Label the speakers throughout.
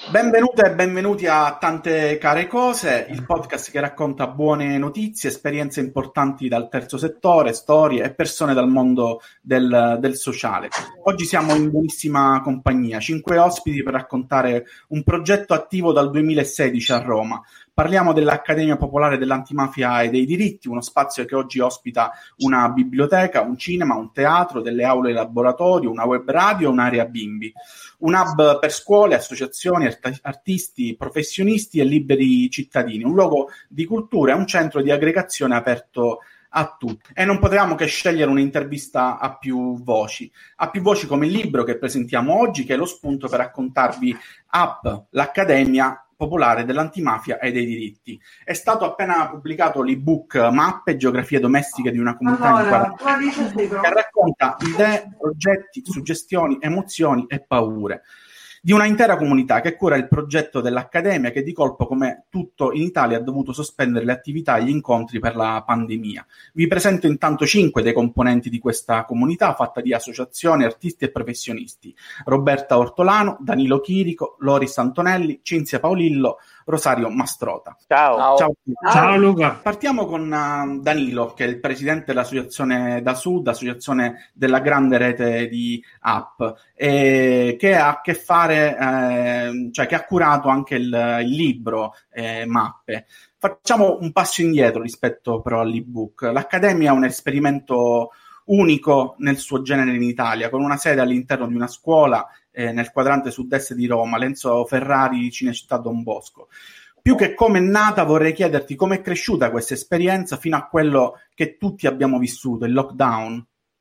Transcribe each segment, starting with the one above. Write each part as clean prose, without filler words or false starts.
Speaker 1: Benvenute e benvenuti a Tante Care Cose, il podcast che racconta buone notizie, esperienze importanti dal terzo settore, storie e persone dal mondo del sociale. Oggi siamo in buonissima compagnia, 5 ospiti per raccontare un progetto attivo dal 2016 a Roma. Parliamo dell'Accademia Popolare dell'Antimafia e dei Diritti, uno spazio che oggi ospita una biblioteca, un cinema, un teatro, delle aule laboratorio, una web radio e un'area bimbi. Un hub per scuole, associazioni, artisti, professionisti e liberi cittadini, un luogo di cultura e un centro di aggregazione aperto a tutti. E non potevamo che scegliere un'intervista a più voci come il libro che presentiamo oggi, che è lo spunto per raccontarvi l'Accademia Popolare dell'Antimafia e dei Diritti. È stato appena pubblicato l'ebook Mappe, geografie domestiche di una comunità inquadrata, che racconta idee, progetti, suggestioni, emozioni e paure di una intera comunità che cura il progetto dell'Accademia, che di colpo, come tutto in Italia, ha dovuto sospendere le attività e gli incontri per la pandemia. Vi presento intanto 5 dei componenti di questa comunità, fatta di associazioni, artisti e professionisti: Roberta Ortolano, Danilo Chirico, Loris Antonelli, Cinzia Paolillo, Rosario Mastrota.
Speaker 2: Ciao Luca.
Speaker 1: Partiamo con Danilo, che è il presidente dell'associazione Da Sud, associazione della grande rete di app, che ha a che fare, che ha curato anche il libro Mappe. Facciamo un passo indietro rispetto però all'ebook. L'Accademia è un esperimento unico nel suo genere in Italia, con una sede all'interno di una scuola nel quadrante sud-est di Roma, Lenzo Ferrari, Cinecittà Don Bosco. Più che come è nata, vorrei chiederti come è cresciuta questa esperienza fino a quello che tutti abbiamo vissuto, il lockdown.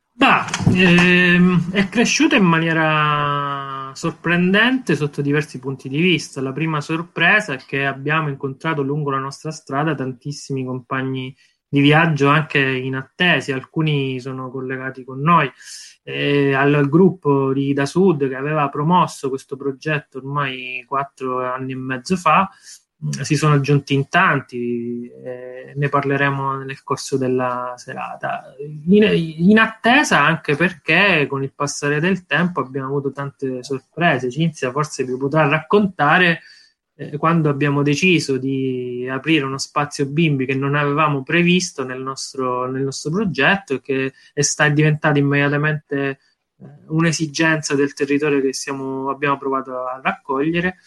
Speaker 2: È cresciuta in maniera sorprendente sotto diversi punti di vista. La prima sorpresa è che abbiamo incontrato lungo la nostra strada tantissimi compagni di viaggio, anche inattesi. Alcuni sono collegati con noi. Al gruppo di Da Sud, che aveva promosso questo progetto ormai 4 anni e mezzo fa, si sono aggiunti in tanti, ne parleremo nel corso della serata. In attesa, anche perché con il passare del tempo abbiamo avuto tante sorprese. Cinzia forse vi potrà raccontare quando abbiamo deciso di aprire uno spazio bimbi che non avevamo previsto nel nostro progetto e che è diventato immediatamente un'esigenza del territorio che abbiamo provato a raccogliere.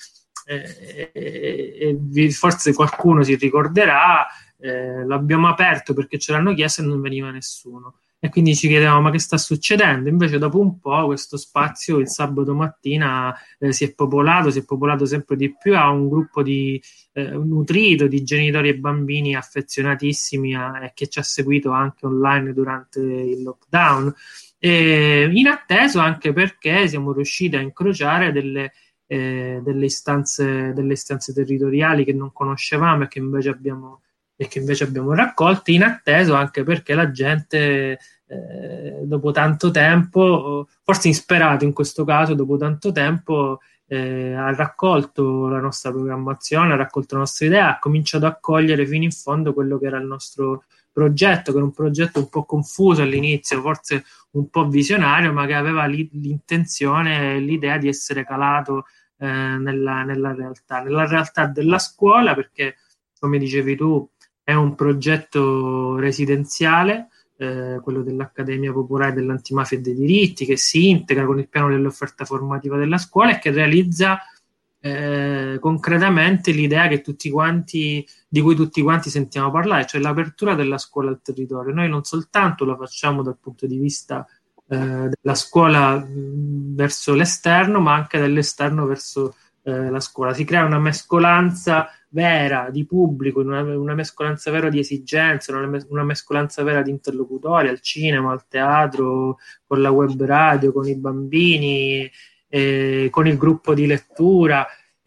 Speaker 2: Forse qualcuno si ricorderà, l'abbiamo aperto perché ce l'hanno chiesto e non veniva nessuno, e quindi ci chiedevamo ma che sta succedendo. Invece dopo un po' questo spazio il sabato mattina si è popolato sempre di più, ha un gruppo nutrito di genitori e bambini affezionatissimi e che ci ha seguito anche online durante il lockdown, inatteso anche perché siamo riusciti a incrociare delle istanze territoriali che non conoscevamo e che invece abbiamo raccolto, inatteso anche perché la gente dopo tanto tempo, forse insperato in questo caso, dopo tanto tempo ha raccolto la nostra programmazione, ha raccolto la nostra idea, ha cominciato a cogliere fino in fondo quello che era il nostro progetto, che era un progetto un po' confuso all'inizio, forse un po' visionario, ma che aveva l'intenzione e l'idea di essere calato nella realtà della scuola, perché, come dicevi tu, è un progetto residenziale, quello dell'Accademia Popolare dell'Antimafia e dei Diritti, che si integra con il piano dell'offerta formativa della scuola e che realizza concretamente l'idea di cui tutti quanti sentiamo parlare, cioè l'apertura della scuola al territorio. Noi non soltanto lo facciamo dal punto di vista della scuola verso l'esterno, ma anche dall'esterno verso la scuola. Si crea una mescolanza vera di pubblico, una mescolanza vera di esigenze, una mescolanza vera di interlocutori al cinema, al teatro, con la web radio, con i bambini, con il gruppo di lettura,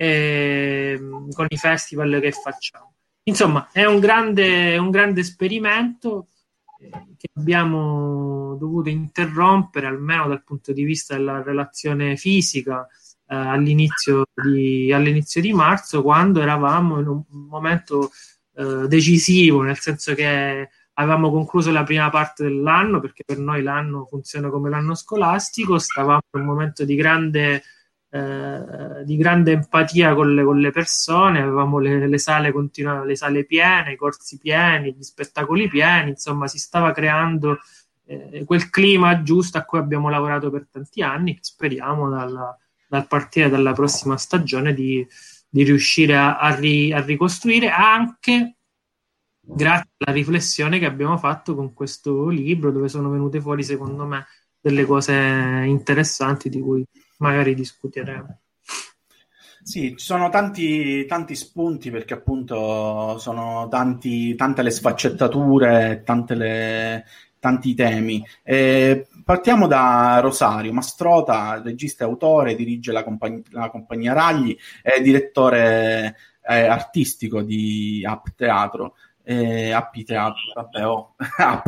Speaker 2: con i festival che facciamo. Insomma, è un grande esperimento che abbiamo dovuto interrompere, almeno dal punto di vista della relazione fisica, all'inizio di marzo, quando eravamo in un momento decisivo, nel senso che avevamo concluso la prima parte dell'anno, perché per noi l'anno funziona come l'anno scolastico, stavamo in un momento di grande di grande empatia con le persone, avevamo le sale le sale piene, i corsi pieni, gli spettacoli pieni, insomma si stava creando quel clima giusto a cui abbiamo lavorato per tanti anni, che speriamo dal partire dalla prossima stagione di riuscire a ricostruire, anche grazie alla riflessione che abbiamo fatto con questo libro, dove sono venute fuori secondo me delle cose interessanti di cui magari discuteremo.
Speaker 1: Sì, ci sono tanti spunti, perché appunto sono tante le sfaccettature, tanti i temi. Partiamo da Rosario Mastrota, regista e autore, dirige la compagnia Ragli, è direttore artistico di App Teatro. Appi Teatro, vabbè, App.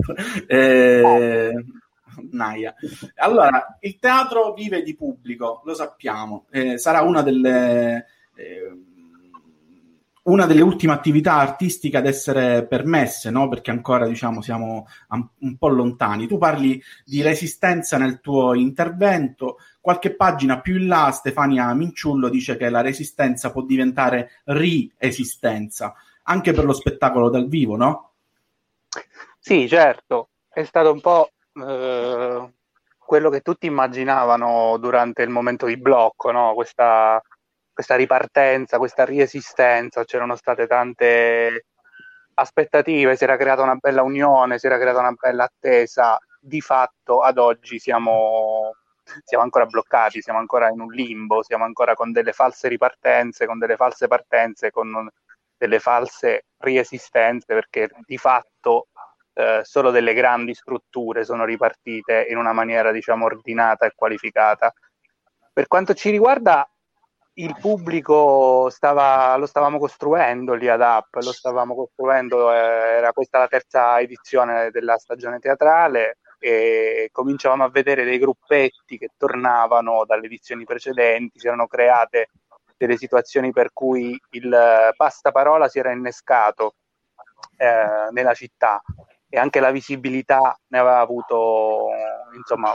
Speaker 1: Naia. Allora, il teatro vive di pubblico, lo sappiamo, sarà una delle ultime attività artistiche ad essere permesse, no? Perché ancora, diciamo, siamo un po' lontani. Tu parli di resistenza nel tuo intervento. Qualche pagina più in là Stefania Minciullo dice che la resistenza può diventare riesistenza, anche per lo spettacolo dal vivo, no?
Speaker 3: Sì, certo, è stato un po' quello che tutti immaginavano durante il momento di blocco, no? Questa ripartenza, questa riesistenza, c'erano state tante aspettative, si era creata una bella unione, si era creata una bella attesa. Di fatto ad oggi siamo ancora bloccati, siamo ancora in un limbo, siamo ancora con delle false ripartenze, con delle false partenze, con delle false riesistenze, perché di fatto solo delle grandi strutture sono ripartite in una maniera, diciamo, ordinata e qualificata. Per quanto ci riguarda, il pubblico lo stavamo costruendo lì ad App, lo stavamo costruendo, era questa la terza edizione della stagione teatrale e cominciavamo a vedere dei gruppetti che tornavano dalle edizioni precedenti, si erano create delle situazioni per cui il passaparola si era innescato nella città, e anche la visibilità ne aveva avuto, insomma,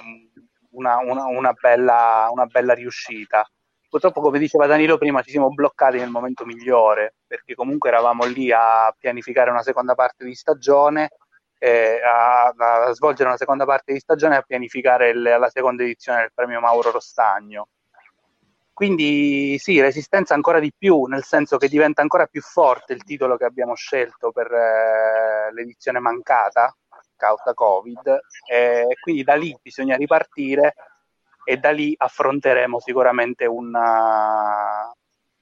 Speaker 3: una bella riuscita. Purtroppo, come diceva Danilo prima, ci siamo bloccati nel momento migliore, perché comunque eravamo lì a pianificare una seconda parte di stagione, a svolgere una seconda parte di stagione e a pianificare la seconda edizione del premio Mauro Rostagno. Quindi sì, resistenza ancora di più, nel senso che diventa ancora più forte il titolo che abbiamo scelto per l'edizione mancata, causa Covid, e quindi da lì bisogna ripartire e da lì affronteremo sicuramente una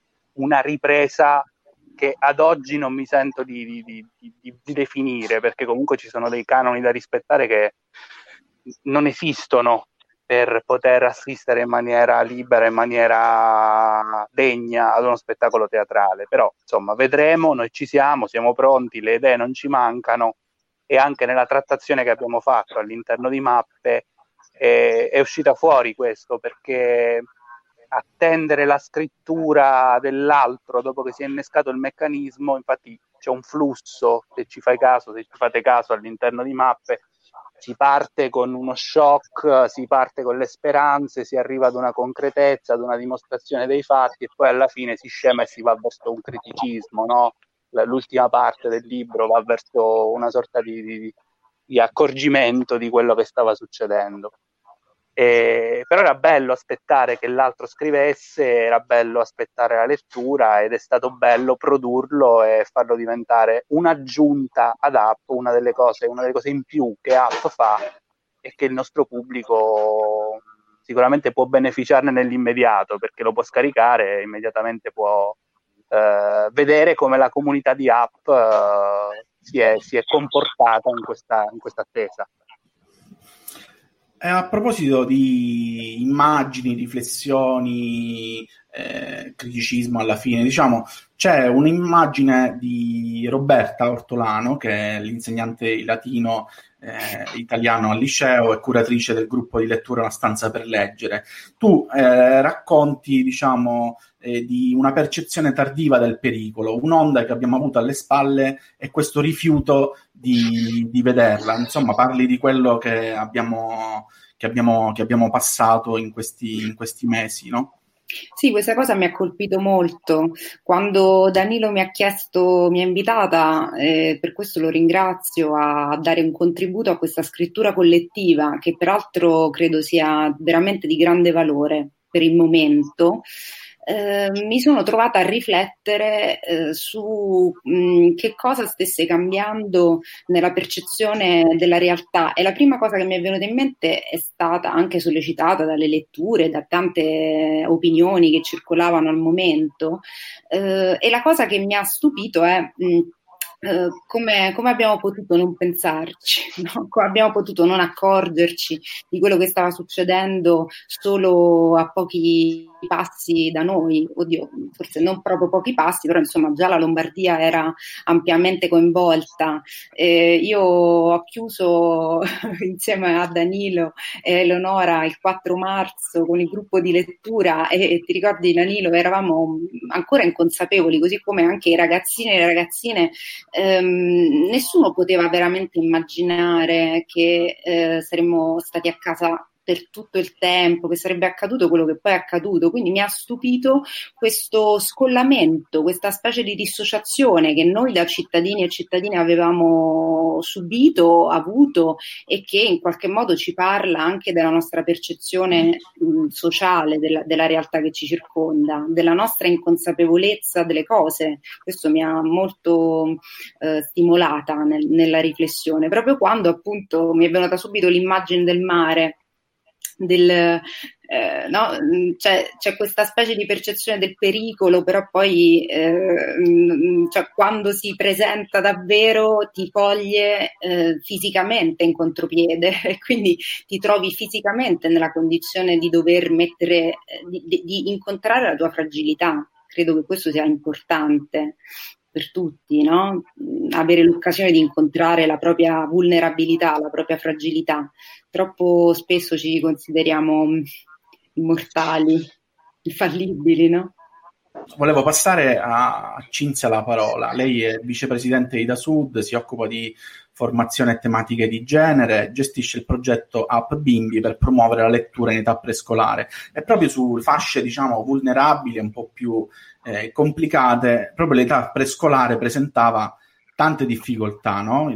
Speaker 3: ripresa che ad oggi non mi sento di definire, perché comunque ci sono dei canoni da rispettare che non esistono per poter assistere in maniera libera, in maniera degna ad uno spettacolo teatrale. Però insomma vedremo, noi ci siamo pronti, le idee non ci mancano, e anche nella trattazione che abbiamo fatto all'interno di Mappe è uscita fuori questo, perché attendere la scrittura dell'altro dopo che si è innescato il meccanismo, infatti c'è un flusso, se ci fate caso all'interno di Mappe, si parte con uno shock, si parte con le speranze, si arriva ad una concretezza, ad una dimostrazione dei fatti, e poi alla fine si scema e si va verso un criticismo, no? L'ultima parte del libro va verso una sorta di accorgimento di quello che stava succedendo. Però era bello aspettare che l'altro scrivesse, era bello aspettare la lettura, ed è stato bello produrlo e farlo diventare un'aggiunta ad App, una delle cose in più che App fa, e che il nostro pubblico sicuramente può beneficiarne nell'immediato, perché lo può scaricare e immediatamente può vedere come la comunità di App si è comportata in questa attesa.
Speaker 1: A proposito di immagini, riflessioni, criticismo alla fine, diciamo, c'è un'immagine di Roberta Ortolano, che è l'insegnante di latino italiano al liceo e curatrice del gruppo di lettura Una stanza per leggere. Tu racconti, diciamo, di una percezione tardiva del pericolo, un'onda che abbiamo avuto alle spalle e questo rifiuto di vederla. Insomma, parli di quello che abbiamo passato in questi mesi, no?
Speaker 4: Sì, questa cosa mi ha colpito molto. Quando Danilo mi ha invitata, per questo lo ringrazio, a dare un contributo a questa scrittura collettiva, che peraltro credo sia veramente di grande valore per il momento. Mi sono trovata a riflettere su che cosa stesse cambiando nella percezione della realtà, e la prima cosa che mi è venuta in mente è stata anche sollecitata dalle letture, da tante opinioni che circolavano al momento, e la cosa che mi ha stupito è come abbiamo potuto non pensarci, no? Come abbiamo potuto non accorgerci di quello che stava succedendo solo a pochi passi da noi. Oddio, forse non proprio pochi passi, però insomma già la Lombardia era ampiamente coinvolta. Io ho chiuso insieme a Danilo e Eleonora il 4 marzo con il gruppo di lettura, e ti ricordi, Danilo, eravamo ancora inconsapevoli, così come anche i ragazzini e le ragazzine. Nessuno poteva veramente immaginare che saremmo stati a casa per tutto il tempo, che sarebbe accaduto quello che poi è accaduto. Quindi mi ha stupito questo scollamento, questa specie di dissociazione che noi da cittadini e cittadine avevamo subito, avuto, e che in qualche modo ci parla anche della nostra percezione sociale, della realtà che ci circonda, della nostra inconsapevolezza delle cose. Questo mi ha molto stimolata nella riflessione, proprio quando appunto mi è venuta subito l'immagine del mare, no? C'è questa specie di percezione del pericolo, però poi cioè, quando si presenta davvero ti coglie fisicamente in contropiede e quindi ti trovi fisicamente nella condizione di dover mettere, di incontrare la tua fragilità. Credo che questo sia importante per tutti, no? Avere l'occasione di incontrare la propria vulnerabilità, la propria fragilità. Troppo spesso ci consideriamo immortali, infallibili, no?
Speaker 1: Volevo passare a Cinzia la parola. Lei è vicepresidente di Da Sud, si occupa di formazione e tematiche di genere, gestisce il progetto Up Bimbi per promuovere la lettura in età prescolare. E proprio su fasce, diciamo, vulnerabili, un po' più complicate, proprio l'età prescolare presentava tante difficoltà, no?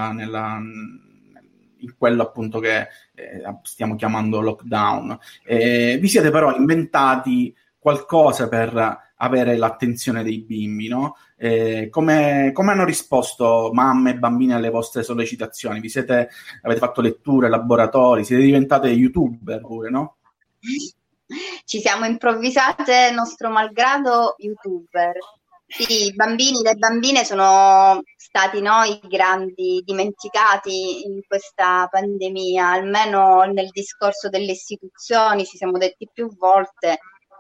Speaker 1: In quello appunto che stiamo chiamando lockdown. Vi siete però inventati qualcosa per avere l'attenzione dei bimbi, no? Come hanno risposto mamme e bambini alle vostre sollecitazioni? Avete fatto letture, laboratori, siete diventate youtuber pure, no?
Speaker 5: Ci siamo improvvisate, nostro malgrado, youtuber. Sì, i bambini, le bambine sono stati noi grandi dimenticati in questa pandemia, almeno nel discorso delle istituzioni ci siamo detti più volte.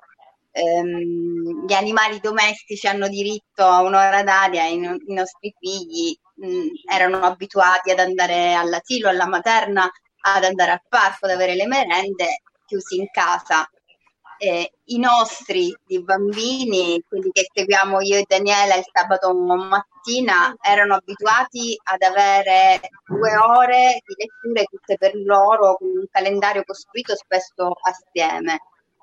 Speaker 5: Gli animali domestici hanno diritto a un'ora d'aria, i nostri figli erano abituati ad andare all'asilo, alla materna, ad andare al parco, ad avere le merende, chiusi in casa. I nostri di bambini, quelli che seguiamo io e Daniela il sabato mattina, erano abituati ad avere 2 ore di letture tutte per loro, con un calendario costruito spesso assieme.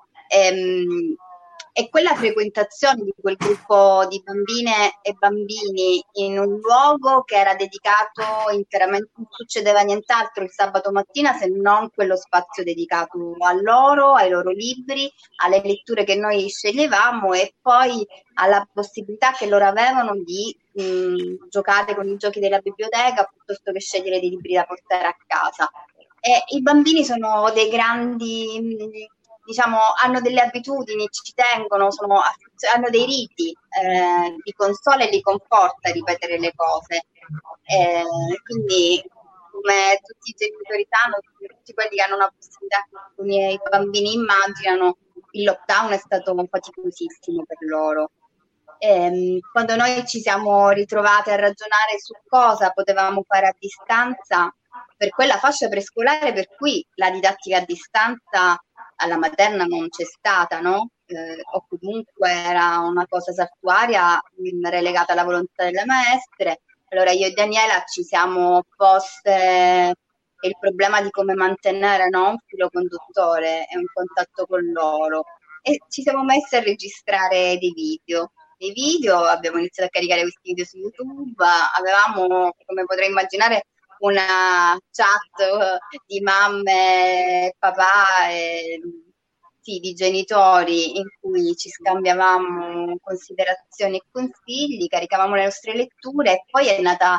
Speaker 5: E quella frequentazione di quel gruppo di bambine e bambini in un luogo che era dedicato interamente, non succedeva nient'altro il sabato mattina se non quello spazio dedicato a loro, ai loro libri, alle letture che noi sceglievamo e poi alla possibilità che loro avevano di giocare con i giochi della biblioteca piuttosto che scegliere dei libri da portare a casa. E i bambini sono dei grandi... diciamo, hanno delle abitudini, ci tengono, hanno dei riti, li consola e li conforta a ripetere le cose. Quindi, come tutti i genitori sanno, tutti quelli che hanno una possibilità che i bambini immaginano, il lockdown è stato faticosissimo per loro. Quando noi ci siamo ritrovate a ragionare su cosa potevamo fare a distanza, per quella fascia prescolare per cui la didattica a distanza alla materna non c'è stata, no? O comunque era una cosa saltuaria relegata alla volontà delle maestre. Allora io e Daniela ci siamo poste il problema di come mantenere, no, un filo conduttore e un contatto con loro. e ci siamo messi a registrare dei video, abbiamo iniziato a caricare questi video su YouTube, avevamo, come potrai immaginare, una chat di mamme, papà e sì, di genitori in cui ci scambiavamo considerazioni e consigli, caricavamo le nostre letture e poi è nata,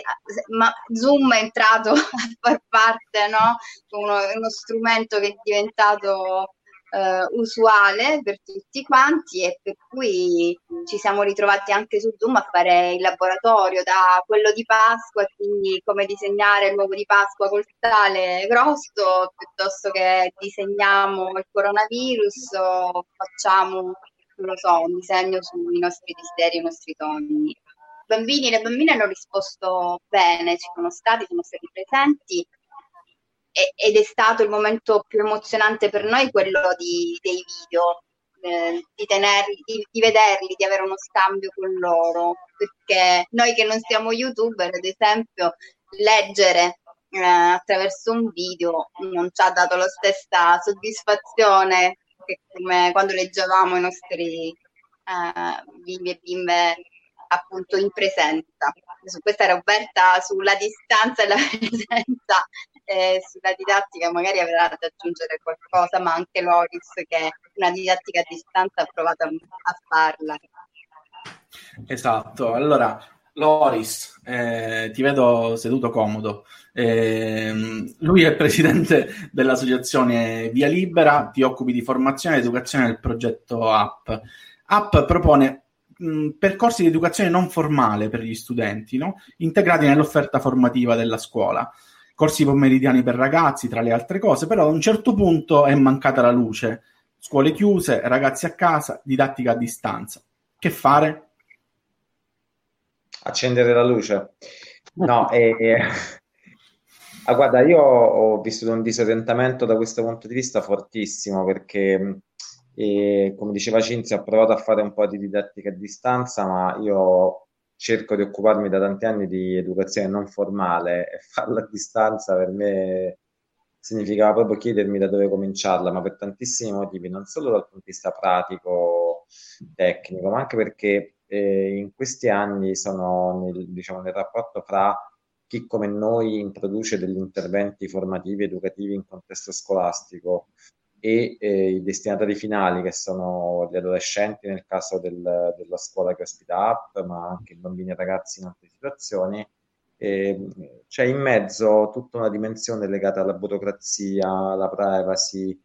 Speaker 5: Zoom è entrato a far parte, no? Uno strumento che è diventato usuale per tutti quanti e per cui ci siamo ritrovati anche su Zoom a fare il laboratorio da quello di Pasqua, quindi come disegnare l'uovo di Pasqua col sale grosso, piuttosto che disegniamo il coronavirus o facciamo, non lo so, un disegno sui nostri desideri, i nostri sogni. Le bambine hanno risposto bene, sono stati presenti ed è stato il momento più emozionante per noi quello dei video, di tenerli, di vederli, di avere uno scambio con loro, perché noi che non siamo YouTuber, ad esempio, leggere attraverso un video non ci ha dato la stessa soddisfazione che come quando leggevamo i nostri bimbi e bimbe appunto in presenza. Questa era Roberta sulla distanza e la presenza, sulla didattica magari avrà da aggiungere qualcosa, ma anche Loris che una didattica a distanza ha provato a farla.
Speaker 1: Esatto, allora Loris, ti vedo seduto comodo. Lui è il presidente dell'associazione Via Libera, ti occupi di formazione ed educazione del progetto App. App propone percorsi di educazione non formale per gli studenti, no? Integrati nell'offerta formativa della scuola, corsi pomeridiani per ragazzi, tra le altre cose, però a un certo punto è mancata la luce, scuole chiuse, ragazzi a casa, didattica a distanza. Che fare?
Speaker 6: Accendere la luce? No, guarda, io ho vissuto un disorientamento da questo punto di vista fortissimo perché come diceva Cinzia, ho provato a fare un po' di didattica a distanza, ma io cerco di occuparmi da tanti anni di educazione non formale e farla a distanza per me significava proprio chiedermi da dove cominciarla, ma per tantissimi motivi, non solo dal punto di vista pratico, tecnico, ma anche perché in questi anni sono nel rapporto fra chi come noi introduce degli interventi formativi, educativi in contesto scolastico e i destinatari finali, che sono gli adolescenti nel caso della scuola che ospita App, ma anche i bambini e ragazzi in altre situazioni. C'è in mezzo tutta una dimensione legata alla burocrazia, alla privacy,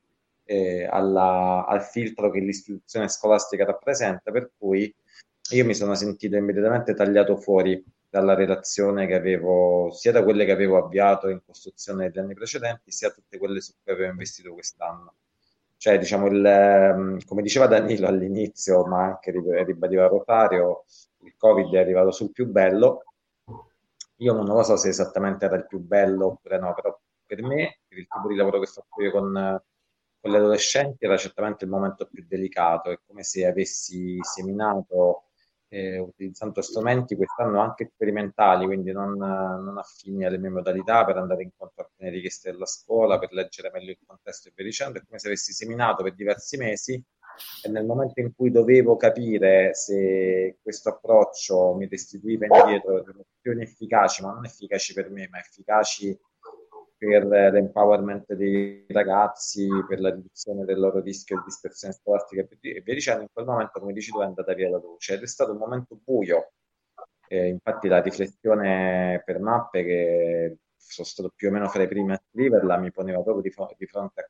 Speaker 6: al filtro che l'istituzione scolastica rappresenta, per cui io mi sono sentito immediatamente tagliato fuori dalla relazione che avevo, sia da quelle che avevo avviato in costruzione negli anni precedenti, sia tutte quelle su cui avevo investito quest'anno. Cioè, diciamo, come diceva Danilo all'inizio, ma anche ribadiva Rosario, il Covid è arrivato sul più bello. Io non lo so se esattamente era il più bello oppure no, però per me, per il tipo di lavoro che faccio io con le adolescenti, era certamente il momento più delicato. È come se avessi seminato utilizzando strumenti quest'anno anche sperimentali, quindi non affini alle mie modalità, per andare incontro a alcune richieste della scuola, per leggere meglio il contesto e via dicendo. È come se avessi seminato per diversi mesi e nel momento in cui dovevo capire se questo approccio mi restituiva indietro delle azioni efficaci, ma non efficaci per me, ma efficaci per l'empowerment dei ragazzi, per la riduzione del loro rischio di dispersione scolastica e via dicendo, in quel momento, come dici tu, è andata via la luce ed è stato un momento buio. Infatti la riflessione per mappe, che sono stato più o meno fra i primi a scriverla, mi poneva proprio di fronte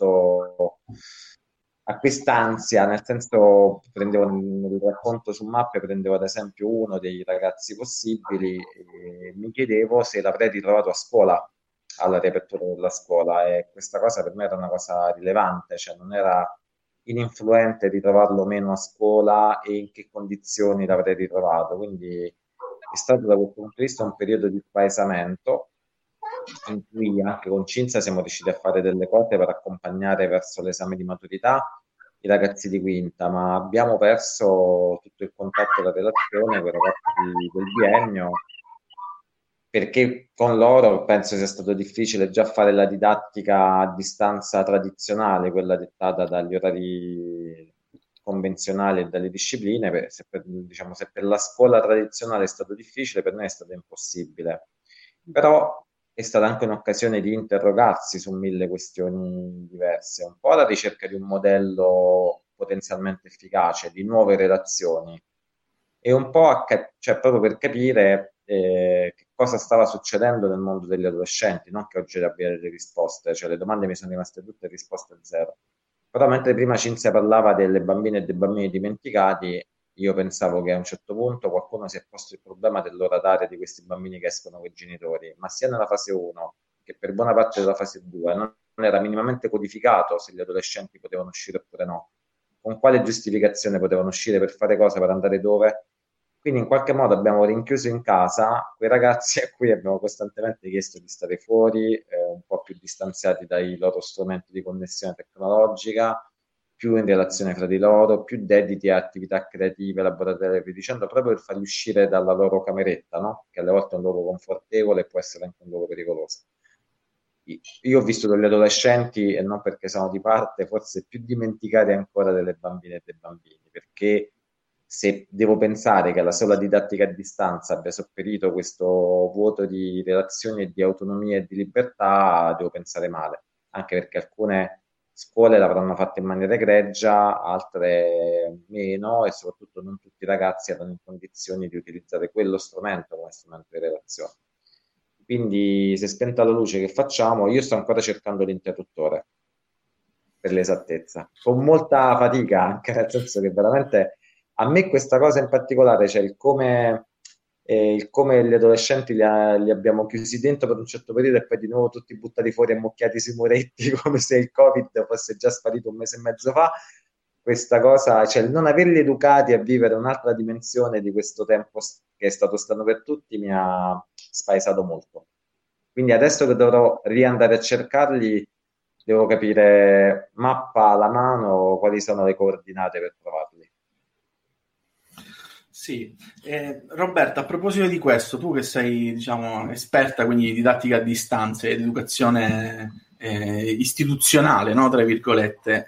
Speaker 6: a quest'ansia, nel senso, prendevo nel racconto su mappe, prendevo ad esempio uno dei ragazzi possibili e mi chiedevo se l'avrei ritrovato a scuola, alla riapertura della scuola, e questa cosa per me era una cosa rilevante, cioè non era ininfluente ritrovarlo meno a scuola e in che condizioni l'avrei ritrovato, quindi è stato da questo punto di vista un periodo di spaesamento in cui anche con Cinzia siamo riusciti a fare delle cose per accompagnare verso l'esame di maturità i ragazzi di quinta, ma abbiamo perso tutto il contatto e la relazione con i ragazzi del biennio perché con loro penso sia stato difficile già fare la didattica a distanza tradizionale, quella dettata dagli orari convenzionali e dalle discipline. Se per la scuola tradizionale è stato difficile, per noi è stato impossibile. Però è stata anche un'occasione di interrogarsi su 1000 questioni diverse, un po' alla ricerca di un modello potenzialmente efficace, di nuove relazioni, e un po' cioè proprio per capire che cosa stava succedendo nel mondo degli adolescenti, non che oggi abbia delle risposte, cioè le domande mi sono rimaste tutte risposte zero. Però mentre prima Cinzia parlava delle bambine e dei bambini dimenticati, io pensavo che a un certo punto qualcuno si è posto il problema dell'ora d'aria di questi bambini che escono con i genitori, ma sia nella fase 1 che per buona parte della fase 2 non era minimamente codificato se gli adolescenti potevano uscire oppure no, con quale giustificazione potevano uscire, per fare cosa, per andare dove. Quindi in qualche modo abbiamo rinchiuso in casa quei ragazzi a cui abbiamo costantemente chiesto di stare fuori, un po' più distanziati dai loro strumenti di connessione tecnologica, più in relazione fra di loro, più dediti a attività creative, laboratoriali e via dicendo, proprio per farli uscire dalla loro cameretta, no? Che alle volte è un luogo confortevole e può essere anche un luogo pericoloso. Io ho visto degli adolescenti, e non perché sono di parte, forse più dimenticati ancora delle bambine e dei bambini, perché se devo pensare che la sola didattica a distanza abbia sopperito questo vuoto di relazioni e di autonomia e di libertà, devo pensare male, anche perché alcune scuole l'avranno fatta in maniera egregia, altre meno, e soprattutto non tutti i ragazzi erano in condizioni di utilizzare quello strumento come strumento di relazione. Quindi, se spenta la luce, che facciamo? Io sto ancora cercando l'interruttore, per l'esattezza, con molta fatica, anche nel senso che veramente a me questa cosa in particolare, cioè il come gli adolescenti li abbiamo chiusi dentro per un certo periodo e poi di nuovo tutti buttati fuori e ammucchiati sui muretti come se il Covid fosse già sparito un mese e mezzo fa. Questa cosa, cioè il non averli educati a vivere un'altra dimensione di questo tempo che è stato strano per tutti, mi ha spaesato molto. Quindi adesso che dovrò riandare a cercarli, devo capire mappa alla mano quali sono le coordinate per trovarli.
Speaker 1: Sì, Roberta, a proposito di questo, tu che sei, diciamo, esperta quindi di didattica a distanza ed educazione istituzionale, no, tra virgolette,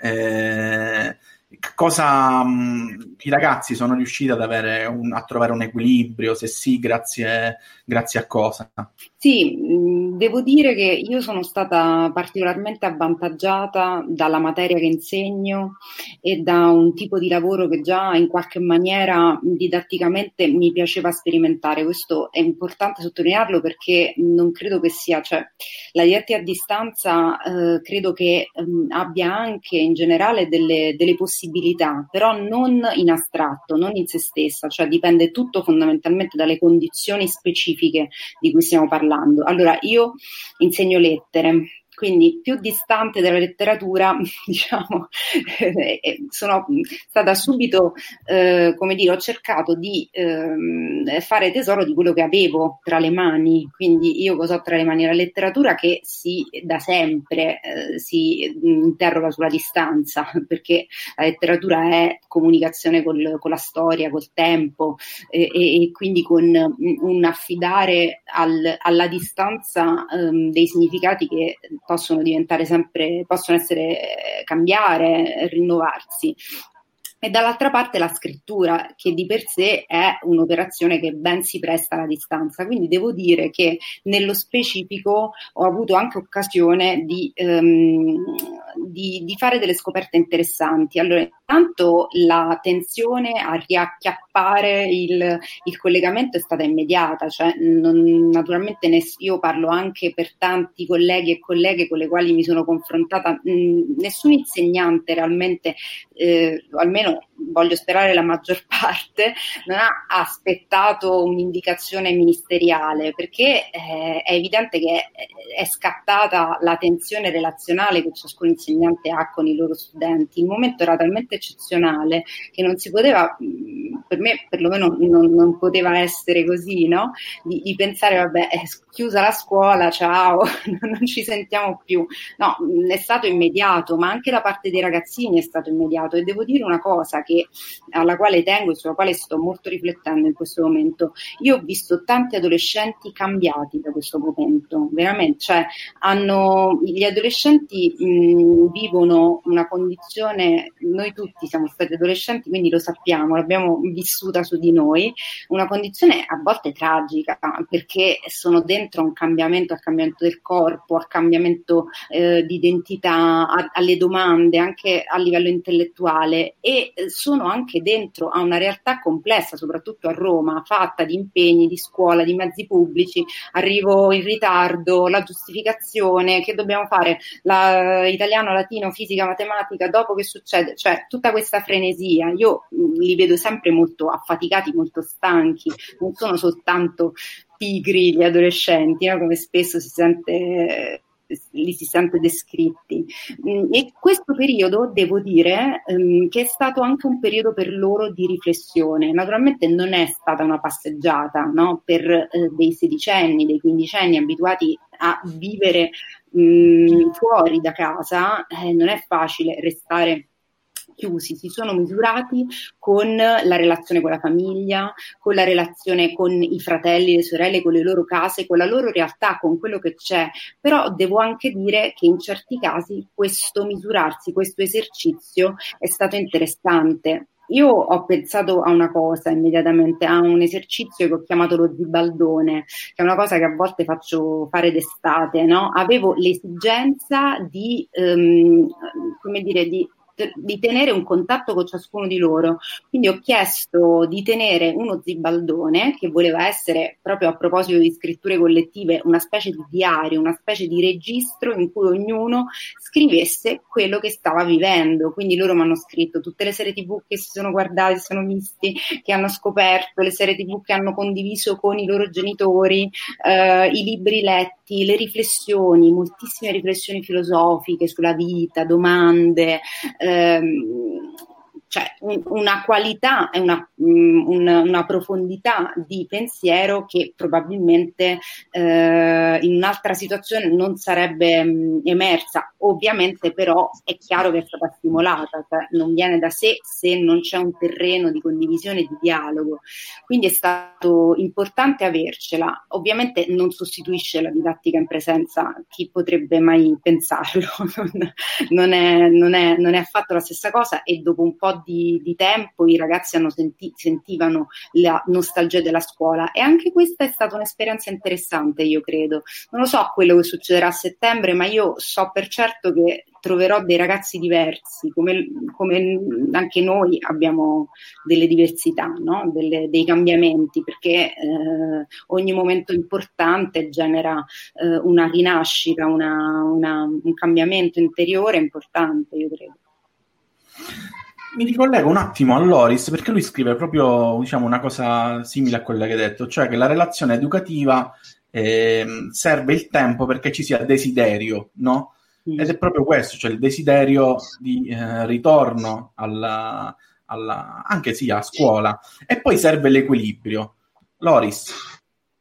Speaker 1: cosa i ragazzi sono riusciti ad avere a trovare un equilibrio? Se sì, grazie a cosa?
Speaker 4: Sì, devo dire che io sono stata particolarmente avvantaggiata dalla materia che insegno e da un tipo di lavoro che già in qualche maniera didatticamente mi piaceva sperimentare. Questo è importante sottolinearlo perché non credo che sia, cioè la didattica a distanza credo che abbia anche in generale delle possibilità, però non in astratto, non in se stessa, cioè dipende tutto fondamentalmente dalle condizioni specifiche di cui stiamo parlando. Allora, io insegno lettere, quindi più distante dalla letteratura, diciamo, sono stata subito, come dire, ho cercato di fare tesoro di quello che avevo tra le mani. Quindi io cosa ho tra le mani? La letteratura che da sempre si interroga sulla distanza, perché la letteratura è comunicazione con la storia, col tempo, e quindi con un affidare alla distanza dei significati che possono diventare possono cambiare, rinnovarsi. E dall'altra parte la scrittura, che di per sé è un'operazione che ben si presta alla distanza. Quindi devo dire che nello specifico ho avuto anche occasione di fare delle scoperte interessanti. Allora, intanto la tensione a riacchiappare il collegamento è stata immediata, cioè naturalmente io parlo anche per tanti colleghi e colleghe con le quali mi sono confrontata, nessun insegnante realmente, almeno voglio sperare la maggior parte, non ha aspettato un'indicazione ministeriale, perché è evidente che è scattata la tensione relazionale che ciascun insegnante ha con i loro studenti. Il momento era talmente eccezionale che non si poteva, per me perlomeno non poteva essere così, no? Di pensare, vabbè, è chiusa la scuola, ciao, non ci sentiamo più. No, è stato immediato, ma anche da parte dei ragazzini è stato immediato, e devo dire una cosa, che alla quale tengo e sulla quale sto molto riflettendo in questo momento. Io ho visto tanti adolescenti cambiati da questo momento, veramente, cioè gli adolescenti vivono una condizione, noi tutti siamo stati adolescenti, quindi lo sappiamo, l'abbiamo vissuta su di noi, una condizione a volte tragica, perché sono dentro un cambiamento, al cambiamento del corpo, al cambiamento di identità, alle domande anche a livello intellettuale, e sono anche dentro a una realtà complessa, soprattutto a Roma, fatta di impegni, di scuola, di mezzi pubblici, arrivo in ritardo, la giustificazione, che dobbiamo fare, italiano, latino, fisica, matematica, dopo che succede, cioè tutta questa frenesia. Io li vedo sempre molto affaticati, molto stanchi, non sono soltanto pigri gli adolescenti, no? Come spesso li si sente descritti. E questo periodo, devo dire, che è stato anche un periodo per loro di riflessione. Naturalmente non è stata una passeggiata, no? Per dei sedicenni, dei quindicenni abituati a vivere fuori da casa, non è facile restare chiusi, si sono misurati con la relazione con la famiglia, con la relazione con i fratelli, le sorelle, con le loro case, con la loro realtà, con quello che c'è. Però devo anche dire che in certi casi questo misurarsi, questo esercizio è stato interessante. Io ho pensato a una cosa immediatamente, a un esercizio che ho chiamato lo zibaldone, che è una cosa che a volte faccio fare d'estate, no? Avevo l'esigenza di, come dire, di tenere un contatto con ciascuno di loro. Quindi ho chiesto di tenere uno zibaldone, che voleva essere, proprio a proposito di scritture collettive, una specie di diario, una specie di registro in cui ognuno scrivesse quello che stava vivendo. Quindi loro mi hanno scritto tutte le serie TV che si sono guardate, si sono visti, che hanno scoperto, le serie TV che hanno condiviso con i loro genitori, i libri letti, le riflessioni, moltissime riflessioni filosofiche sulla vita, domande, cioè una qualità e una profondità di pensiero che probabilmente in un'altra situazione non sarebbe emersa. Ovviamente però è chiaro che è stata stimolata, cioè non viene da sé se non c'è un terreno di condivisione e di dialogo. Quindi è stato importante avercela. Ovviamente non sostituisce la didattica in presenza, chi potrebbe mai pensarlo? Non è affatto la stessa cosa, e dopo un po' di tempo i ragazzi sentivano la nostalgia della scuola, e anche questa è stata un'esperienza interessante, io credo. Non lo so quello che succederà a settembre, ma io so per certo che troverò dei ragazzi diversi, come anche noi abbiamo delle diversità, no? Dei cambiamenti, perché ogni momento importante genera una rinascita, un cambiamento interiore importante, io credo.
Speaker 1: Mi ricollego un attimo a Loris, perché lui scrive proprio, diciamo, una cosa simile a quella che hai detto, cioè che la relazione educativa serve il tempo perché ci sia desiderio, no? Ed è proprio questo, cioè il desiderio di ritorno anche sì, a scuola, e poi serve l'equilibrio. Loris.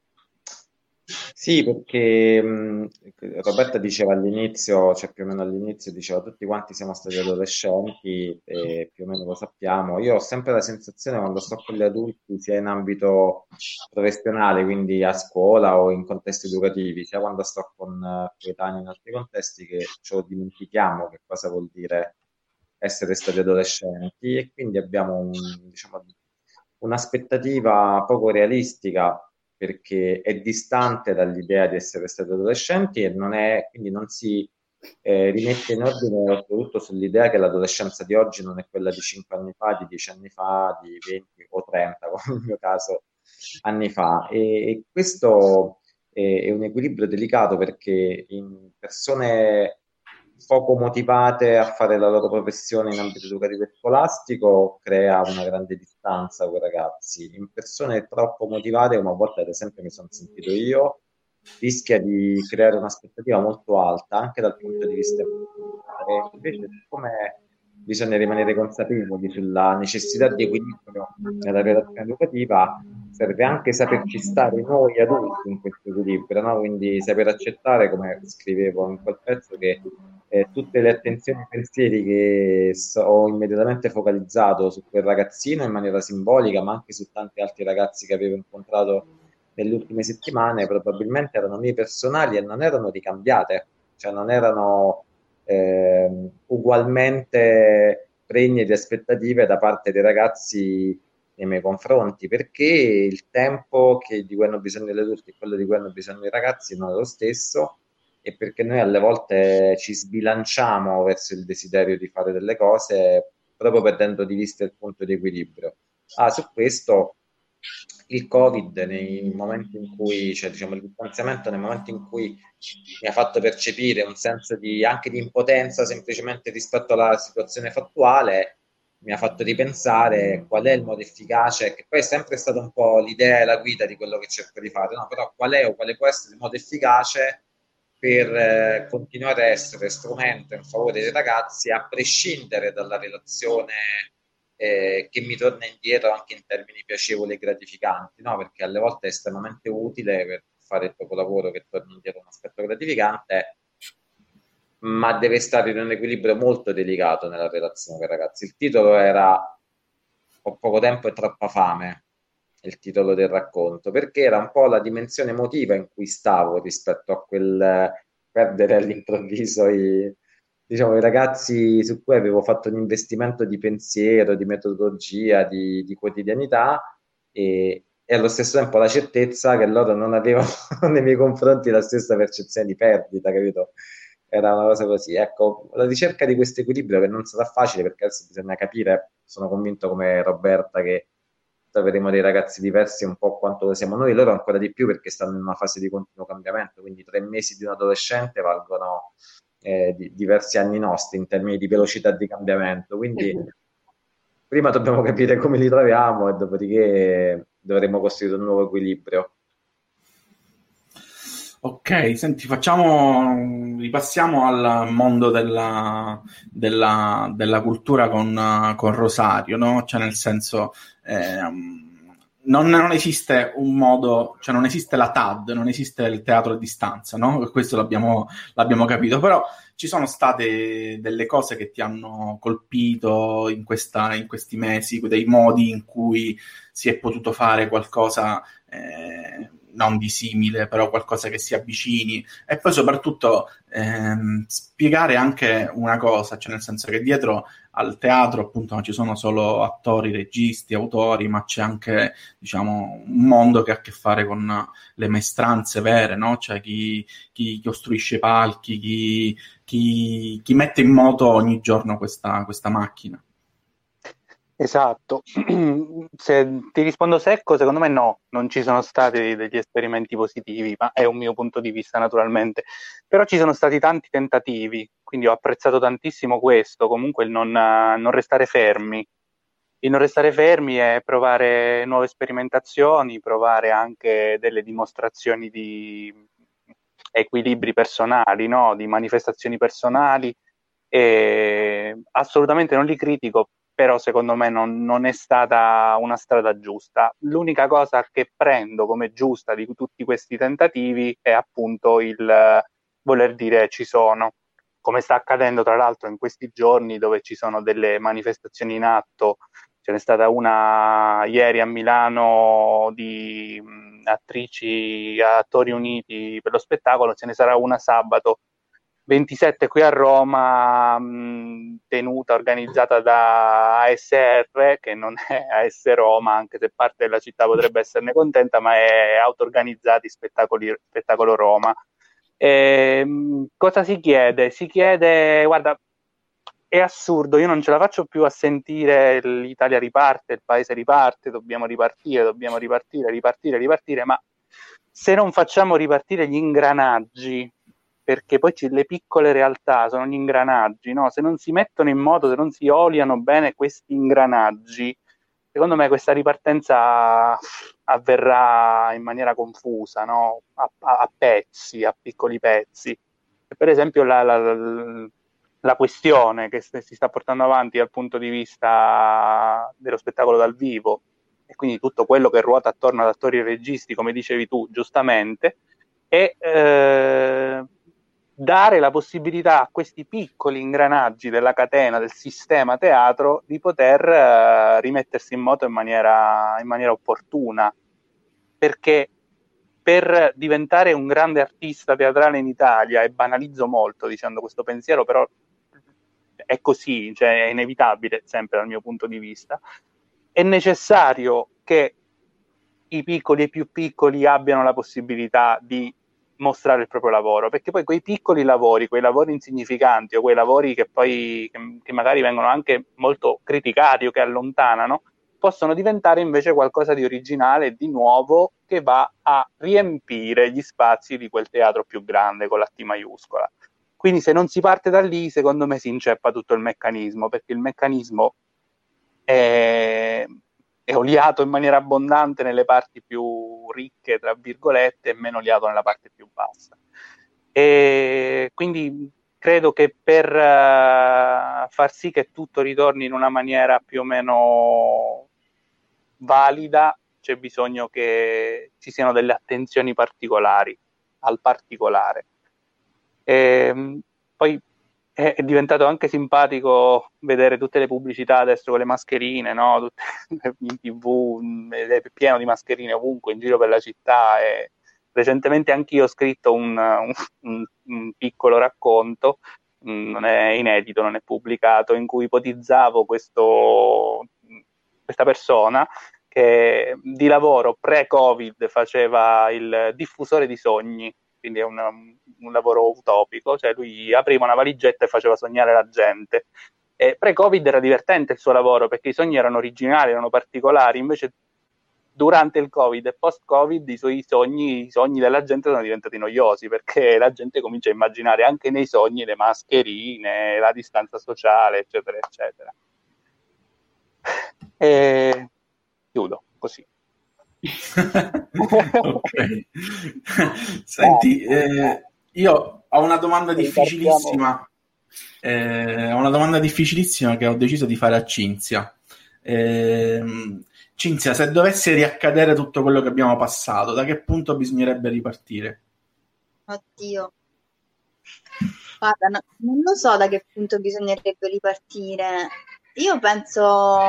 Speaker 6: Sì, perché Roberta diceva all'inizio, cioè più o meno all'inizio, diceva tutti quanti siamo stati adolescenti e più o meno lo sappiamo. Io ho sempre la sensazione quando sto con gli adulti, sia in ambito professionale, quindi a scuola o in contesti educativi, sia quando sto con coetanei in altri contesti, che ce lo dimentichiamo che cosa vuol dire essere stati adolescenti, e quindi abbiamo diciamo, un'aspettativa poco realistica, perché è distante dall'idea di essere stati adolescenti e quindi non si rimette in ordine oltretutto sull'idea che l'adolescenza di oggi non è quella di 5 anni fa, di 10 anni fa, di 20 o 30, come nel mio caso, anni fa. E questo è un equilibrio delicato, perché in persone poco motivate a fare la loro professione in ambito educativo e scolastico crea una grande distanza con i ragazzi. In persone troppo motivate, come a volte ad esempio mi sono sentito io, rischia di creare un'aspettativa molto alta anche dal punto di vista emozionale. Invece, siccome bisogna rimanere consapevoli sulla necessità di equilibrio nella relazione educativa, serve anche saperci stare noi adulti in questo equilibrio, no? Quindi saper accettare, come scrivevo in quel pezzo, che tutte le attenzioni e pensieri che ho immediatamente focalizzato su quel ragazzino in maniera simbolica, ma anche su tanti altri ragazzi che avevo incontrato nelle ultime settimane, probabilmente erano miei personali e non erano ricambiate, cioè non erano ugualmente pregne di aspettative da parte dei ragazzi nei miei confronti, perché il tempo di cui hanno bisogno gli adulti e quello di cui hanno bisogno i ragazzi non è lo stesso, e perché noi alle volte ci sbilanciamo verso il desiderio di fare delle cose proprio perdendo di vista il punto di equilibrio. Su questo il Covid, nei momenti in cui, cioè diciamo il distanziamento, nel momento in cui mi ha fatto percepire un senso anche di impotenza semplicemente rispetto alla situazione fattuale, mi ha fatto ripensare qual è il modo efficace, che poi è sempre stata un po' l'idea e la guida di quello che cerco di fare, no? Però qual è o quale può essere il modo efficace per continuare a essere strumento in favore dei ragazzi, a prescindere dalla relazione che mi torna indietro anche in termini piacevoli e gratificanti, no? Perché alle volte è estremamente utile per fare il proprio lavoro che torni indietro un aspetto gratificante, ma deve stare in un equilibrio molto delicato nella relazione con i ragazzi. Il titolo era Ho poco tempo e troppa fame, il titolo del racconto, perché era un po' la dimensione emotiva in cui stavo rispetto a quel perdere all'improvviso diciamo, i ragazzi su cui avevo fatto un investimento di pensiero, di metodologia, di quotidianità, e allo stesso tempo la certezza che loro non avevano nei miei confronti la stessa percezione di perdita, capito? Era una cosa così. Ecco, la ricerca di questo equilibrio che non sarà facile, perché adesso bisogna capire, sono convinto come Roberta che troveremo dei ragazzi diversi un po' quanto lo siamo noi, loro ancora di più perché stanno in una fase di continuo cambiamento, quindi 3 mesi di un adolescente valgono diversi anni nostri in termini di velocità di cambiamento, quindi prima dobbiamo capire come li troviamo e dopodiché dovremo costruire un nuovo equilibrio.
Speaker 1: Ok, senti, ripassiamo al mondo della cultura con Rosario, no? Cioè nel senso, non esiste un modo, cioè non esiste la TAD, non esiste il teatro a distanza, no? Questo l'abbiamo capito, però ci sono state delle cose che ti hanno colpito in questi mesi, dei modi in cui si è potuto fare qualcosa non di simile, però qualcosa che si avvicini, e poi soprattutto spiegare anche una cosa, cioè nel senso che dietro al teatro appunto non ci sono solo attori, registi, autori, ma c'è anche, diciamo, un mondo che ha a che fare con le maestranze vere, no? Cioè chi costruisce i palchi, chi mette in moto ogni giorno questa macchina.
Speaker 3: Esatto. Se ti rispondo secco, secondo me no, non ci sono stati degli esperimenti positivi, ma è un mio punto di vista naturalmente. Però ci sono stati tanti tentativi, quindi ho apprezzato tantissimo questo, comunque il non restare fermi. Il non restare fermi e provare nuove sperimentazioni, provare anche delle dimostrazioni di equilibri personali, no? Di manifestazioni personali. E assolutamente non li critico, però secondo me non è stata una strada giusta. L'unica cosa che prendo come giusta di tutti questi tentativi è appunto il voler dire ci sono, come sta accadendo tra l'altro in questi giorni dove ci sono delle manifestazioni in atto. Ce n'è stata una ieri a Milano di attrici, attori uniti per lo spettacolo, ce ne sarà una sabato 27 qui a Roma, tenuta, organizzata da ASR, che non è AS Roma, anche se parte della città potrebbe esserne contenta, ma è Auto-Organizzati Spettacolo Roma. Cosa si chiede? Si chiede, guarda, è assurdo, io non ce la faccio più a sentire l'Italia riparte, il paese riparte, dobbiamo ripartire, ma se non facciamo ripartire gli ingranaggi, perché poi le piccole realtà sono gli ingranaggi, no? Se non si mettono in moto, se non si oliano bene questi ingranaggi, secondo me questa ripartenza avverrà in maniera confusa, no? A pezzi, a piccoli pezzi. E per esempio la questione che si sta portando avanti dal punto di vista dello spettacolo dal vivo, e quindi tutto quello che ruota attorno ad attori e registi, come dicevi tu giustamente, e dare la possibilità a questi piccoli ingranaggi della catena, del sistema teatro, di poter rimettersi in moto in maniera opportuna, perché per diventare un grande artista teatrale in Italia, e banalizzo molto dicendo questo pensiero, però è così, cioè è inevitabile sempre dal mio punto di vista, è necessario che i piccoli e più piccoli abbiano la possibilità di mostrare il proprio lavoro, perché poi quei piccoli lavori, quei lavori insignificanti o quei lavori che poi che magari vengono anche molto criticati o che allontanano, possono diventare invece qualcosa di originale e di nuovo, che va a riempire gli spazi di quel teatro più grande con la T maiuscola. Quindi se non si parte da lì, secondo me si inceppa tutto il meccanismo, perché il meccanismo è oliato in maniera abbondante nelle parti più ricche, tra virgolette, e meno oliato nella parte più bassa. E quindi credo che per far sì che tutto ritorni in una maniera più o meno valida, c'è bisogno che ci siano delle attenzioni particolari al particolare. Poi è diventato anche simpatico vedere tutte le pubblicità adesso con le mascherine, no? Tutte in TV, è pieno di mascherine ovunque in giro per la città, e recentemente anch'io ho scritto un piccolo racconto, non è inedito, non è pubblicato, in cui ipotizzavo questa persona che di lavoro pre-Covid faceva il diffusore di sogni, quindi è un lavoro utopico, cioè lui apriva una valigetta e faceva sognare la gente. E pre-Covid era divertente il suo lavoro, perché i sogni erano originali, erano particolari, invece durante il Covid e post-Covid i sogni della gente sono diventati noiosi, perché la gente comincia a immaginare anche nei sogni le mascherine, la distanza sociale, eccetera, eccetera. E chiudo così.
Speaker 1: Ok. Senti, io ho una domanda difficilissima. Ho una domanda difficilissima che ho deciso di fare a Cinzia. Cinzia, se dovesse riaccadere tutto quello che abbiamo passato, da che punto bisognerebbe ripartire?
Speaker 5: Oddio. Guarda, non lo so da che punto bisognerebbe ripartire. Io penso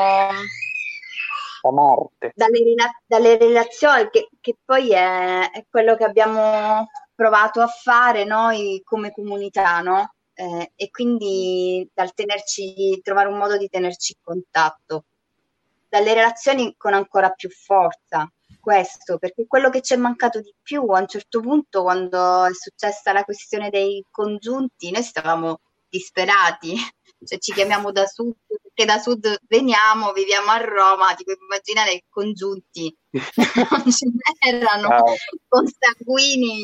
Speaker 3: da Marte.
Speaker 5: Dalle relazioni, che poi è quello che abbiamo provato a fare noi come comunità, no? E quindi trovare un modo di tenerci in contatto. Dalle relazioni con ancora più forza, questo, perché quello che ci è mancato di più a un certo punto, quando è successa la questione dei congiunti, noi stavamo disperati, cioè ci chiamiamo da sud, perché da sud viviamo a Roma, ti puoi immaginare i congiunti non ce n'erano, consanguini,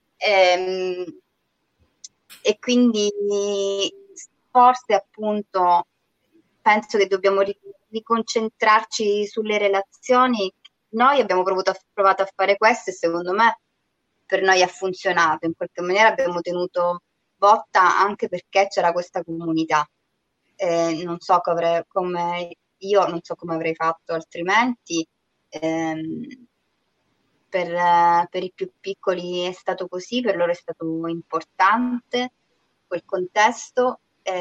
Speaker 5: e quindi forse appunto penso che dobbiamo riconcentrarci sulle relazioni. Noi abbiamo provato a fare questo e secondo me per noi ha funzionato, in qualche maniera abbiamo tenuto botta anche perché c'era questa comunità. Non so come avrei fatto altrimenti. Per i più piccoli è stato così, per loro è stato importante quel contesto,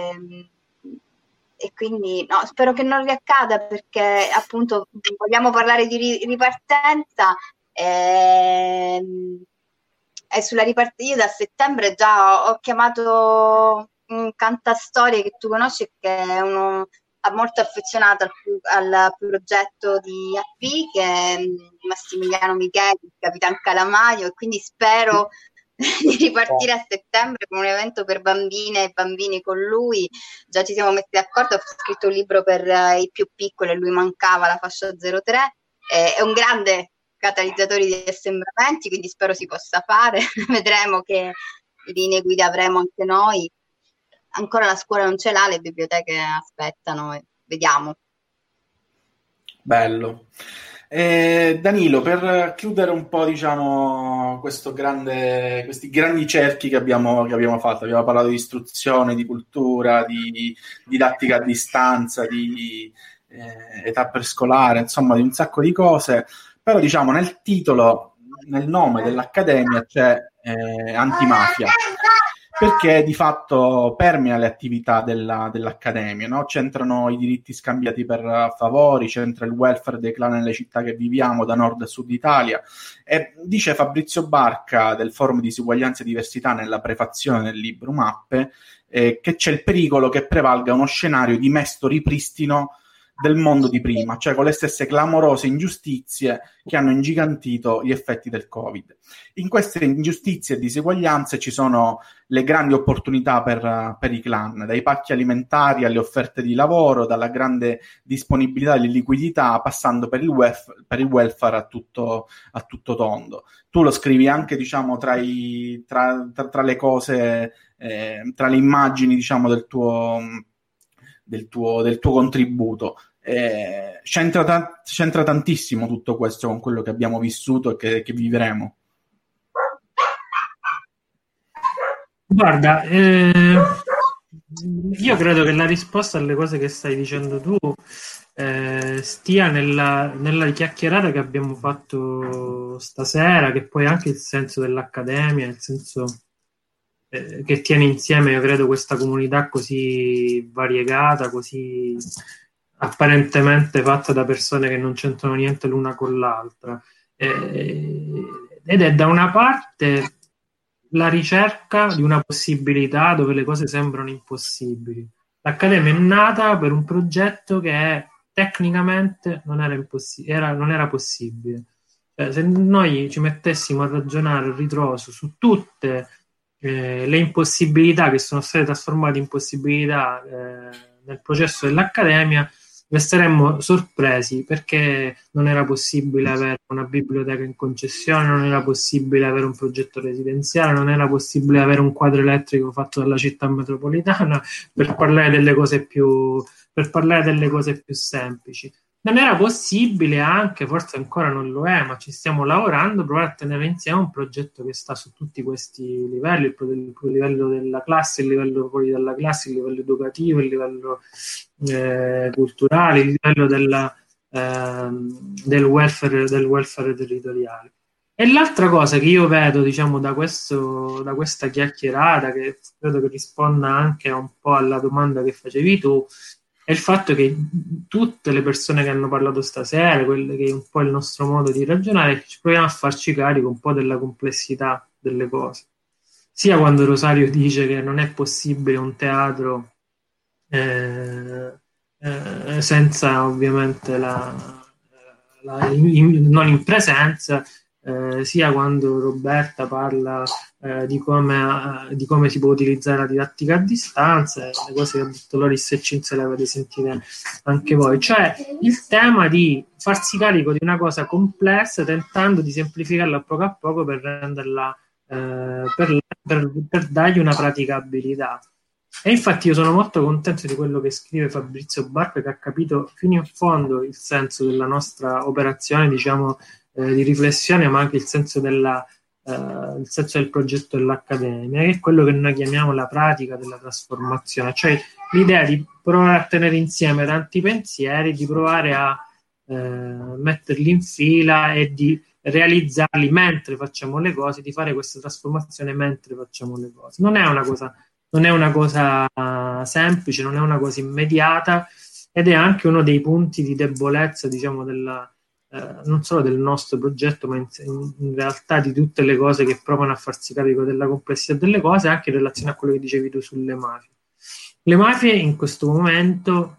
Speaker 5: e quindi no, spero che non riaccada, perché appunto vogliamo parlare di ripartenza, e sulla ripartenza io da settembre già ho chiamato un cantastorie che tu conosci, che è uno molto affezionato al progetto di AP, che è Massimiliano Micheli, il Capitan Calamaio, e quindi spero di ripartire a settembre con un evento per bambine e bambini con lui. Già ci siamo messi d'accordo, ho scritto un libro per i più piccoli e lui mancava la fascia 03, è un grande catalizzatore di assembramenti, quindi spero si possa fare. Vedremo che linee guida avremo anche noi. Ancora la scuola non ce l'ha, le biblioteche aspettano e vediamo.
Speaker 1: Bello. Danilo, per chiudere un po', diciamo, questi grandi cerchi che abbiamo fatto, abbiamo parlato di istruzione, di cultura, di didattica a distanza, di età prescolare, insomma di un sacco di cose, però diciamo nel titolo, nel nome dell'Accademia c'è antimafia, perché di fatto permea le attività dell'Accademia, no? C'entrano i diritti scambiati per favori, c'entra il welfare dei clan nelle città che viviamo, da nord a sud Italia, e dice Fabrizio Barca del Forum di Disuguaglianza e Diversità nella prefazione del libro Mappe che c'è il pericolo che prevalga uno scenario di mesto ripristino del mondo di prima, cioè con le stesse clamorose ingiustizie che hanno ingigantito gli effetti del Covid. In queste ingiustizie e diseguaglianze ci sono le grandi opportunità per i clan, dai pacchi alimentari alle offerte di lavoro, dalla grande disponibilità di liquidità, passando per il welfare a tutto tondo. Tu lo scrivi anche, diciamo, tra le cose, tra le immagini, diciamo, del tuo contributo. C'entra tantissimo tutto questo con quello che abbiamo vissuto e che vivremo.
Speaker 2: Guarda, io credo che la risposta alle cose che stai dicendo tu stia nella chiacchierata che abbiamo fatto stasera, che poi anche il senso dell'Accademia, il senso che tiene insieme, io credo, questa comunità così variegata, così apparentemente fatta da persone che non c'entrano niente l'una con l'altra, ed è da una parte la ricerca di una possibilità dove le cose sembrano impossibili. L'Accademia è nata per un progetto che tecnicamente non era possibile. Cioè, se noi ci mettessimo a ragionare a ritroso su tutte le impossibilità che sono state trasformate in possibilità nel processo dell'Accademia, resteremmo sorpresi, perché non era possibile avere una biblioteca in concessione, non era possibile avere un progetto residenziale, non era possibile avere un quadro elettrico fatto dalla città metropolitana, per parlare delle cose più semplici. Non era possibile anche, forse ancora non lo è, ma ci stiamo lavorando, provare a tenere insieme un progetto che sta su tutti questi livelli, il livello della classe, il livello fuori dalla classe, il livello educativo, il livello culturale, il livello del welfare territoriale. E l'altra cosa che io vedo, diciamo, da questa chiacchierata, che credo che risponda anche un po' alla domanda che facevi tu, è il fatto che tutte le persone che hanno parlato stasera, quelle che è un po' il nostro modo di ragionare, ci proviamo a farci carico un po' della complessità delle cose. Sia quando Rosario dice che non è possibile un teatro senza ovviamente non in presenza, sia quando Roberta parla di come si può utilizzare la didattica a distanza, le cose che ha detto Loris e Cinzia le avete sentite anche voi, cioè il tema di farsi carico di una cosa complessa tentando di semplificarla a poco per renderla per dargli una praticabilità. E infatti io sono molto contento di quello che scrive Fabrizio Barca, che ha capito fino in fondo il senso della nostra operazione, diciamo, di riflessione, ma anche il senso del progetto dell'Accademia, che è quello che noi chiamiamo la pratica della trasformazione, cioè l'idea di provare a tenere insieme tanti pensieri, di provare a metterli in fila e di realizzarli mentre facciamo le cose, di fare questa trasformazione mentre facciamo le cose. Non è una cosa semplice, non è una cosa immediata, ed è anche uno dei punti di debolezza, diciamo, non solo del nostro progetto, ma in realtà di tutte le cose che provano a farsi carico della complessità delle cose, anche in relazione a quello che dicevi tu sulle mafie. Le mafie in questo momento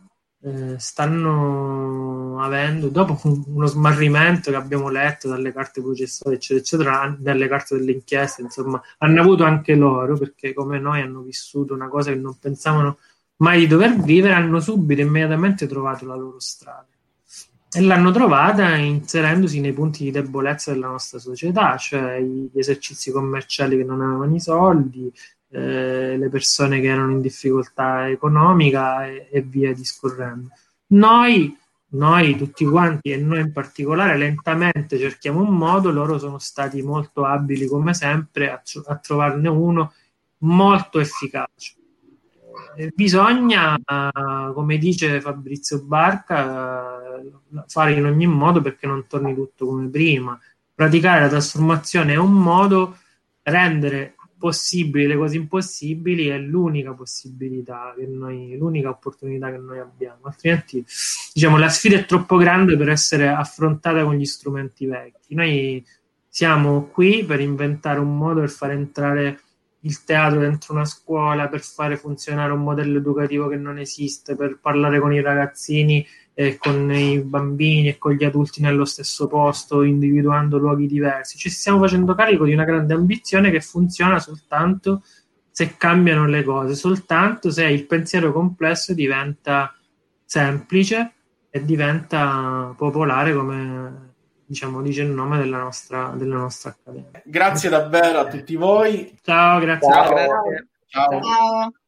Speaker 2: stanno avendo, dopo uno smarrimento che abbiamo letto dalle carte processuali, eccetera, eccetera, dalle carte delle inchieste, insomma, hanno avuto anche loro, perché come noi hanno vissuto una cosa che non pensavano mai di dover vivere, hanno subito immediatamente trovato la loro strada. E l'hanno trovata inserendosi nei punti di debolezza della nostra società, cioè gli esercizi commerciali che non avevano i soldi, le persone che erano in difficoltà economica e via discorrendo. Noi tutti quanti, e noi in particolare, lentamente cerchiamo un modo, loro sono stati molto abili come sempre a trovarne uno molto efficace. bisogna, come dice Fabrizio Barca, fare in ogni modo perché non torni tutto come prima. Praticare la trasformazione è un modo, rendere possibili le cose impossibili è l'unica possibilità che noi, l'unica opportunità che noi abbiamo, altrimenti diciamo la sfida è troppo grande per essere affrontata con gli strumenti vecchi. Noi siamo qui per inventare un modo per far entrare il teatro dentro una scuola, per fare funzionare un modello educativo che non esiste, per parlare con i ragazzini e con i bambini e con gli adulti nello stesso posto, individuando luoghi diversi. Ci stiamo facendo carico di una grande ambizione che funziona soltanto se cambiano le cose, soltanto se il pensiero complesso diventa semplice e diventa popolare, come diciamo dice il nome della nostra accademia.
Speaker 1: Grazie davvero a tutti voi.
Speaker 2: Ciao, grazie.
Speaker 3: Ciao.
Speaker 1: Ciao.
Speaker 5: Ciao.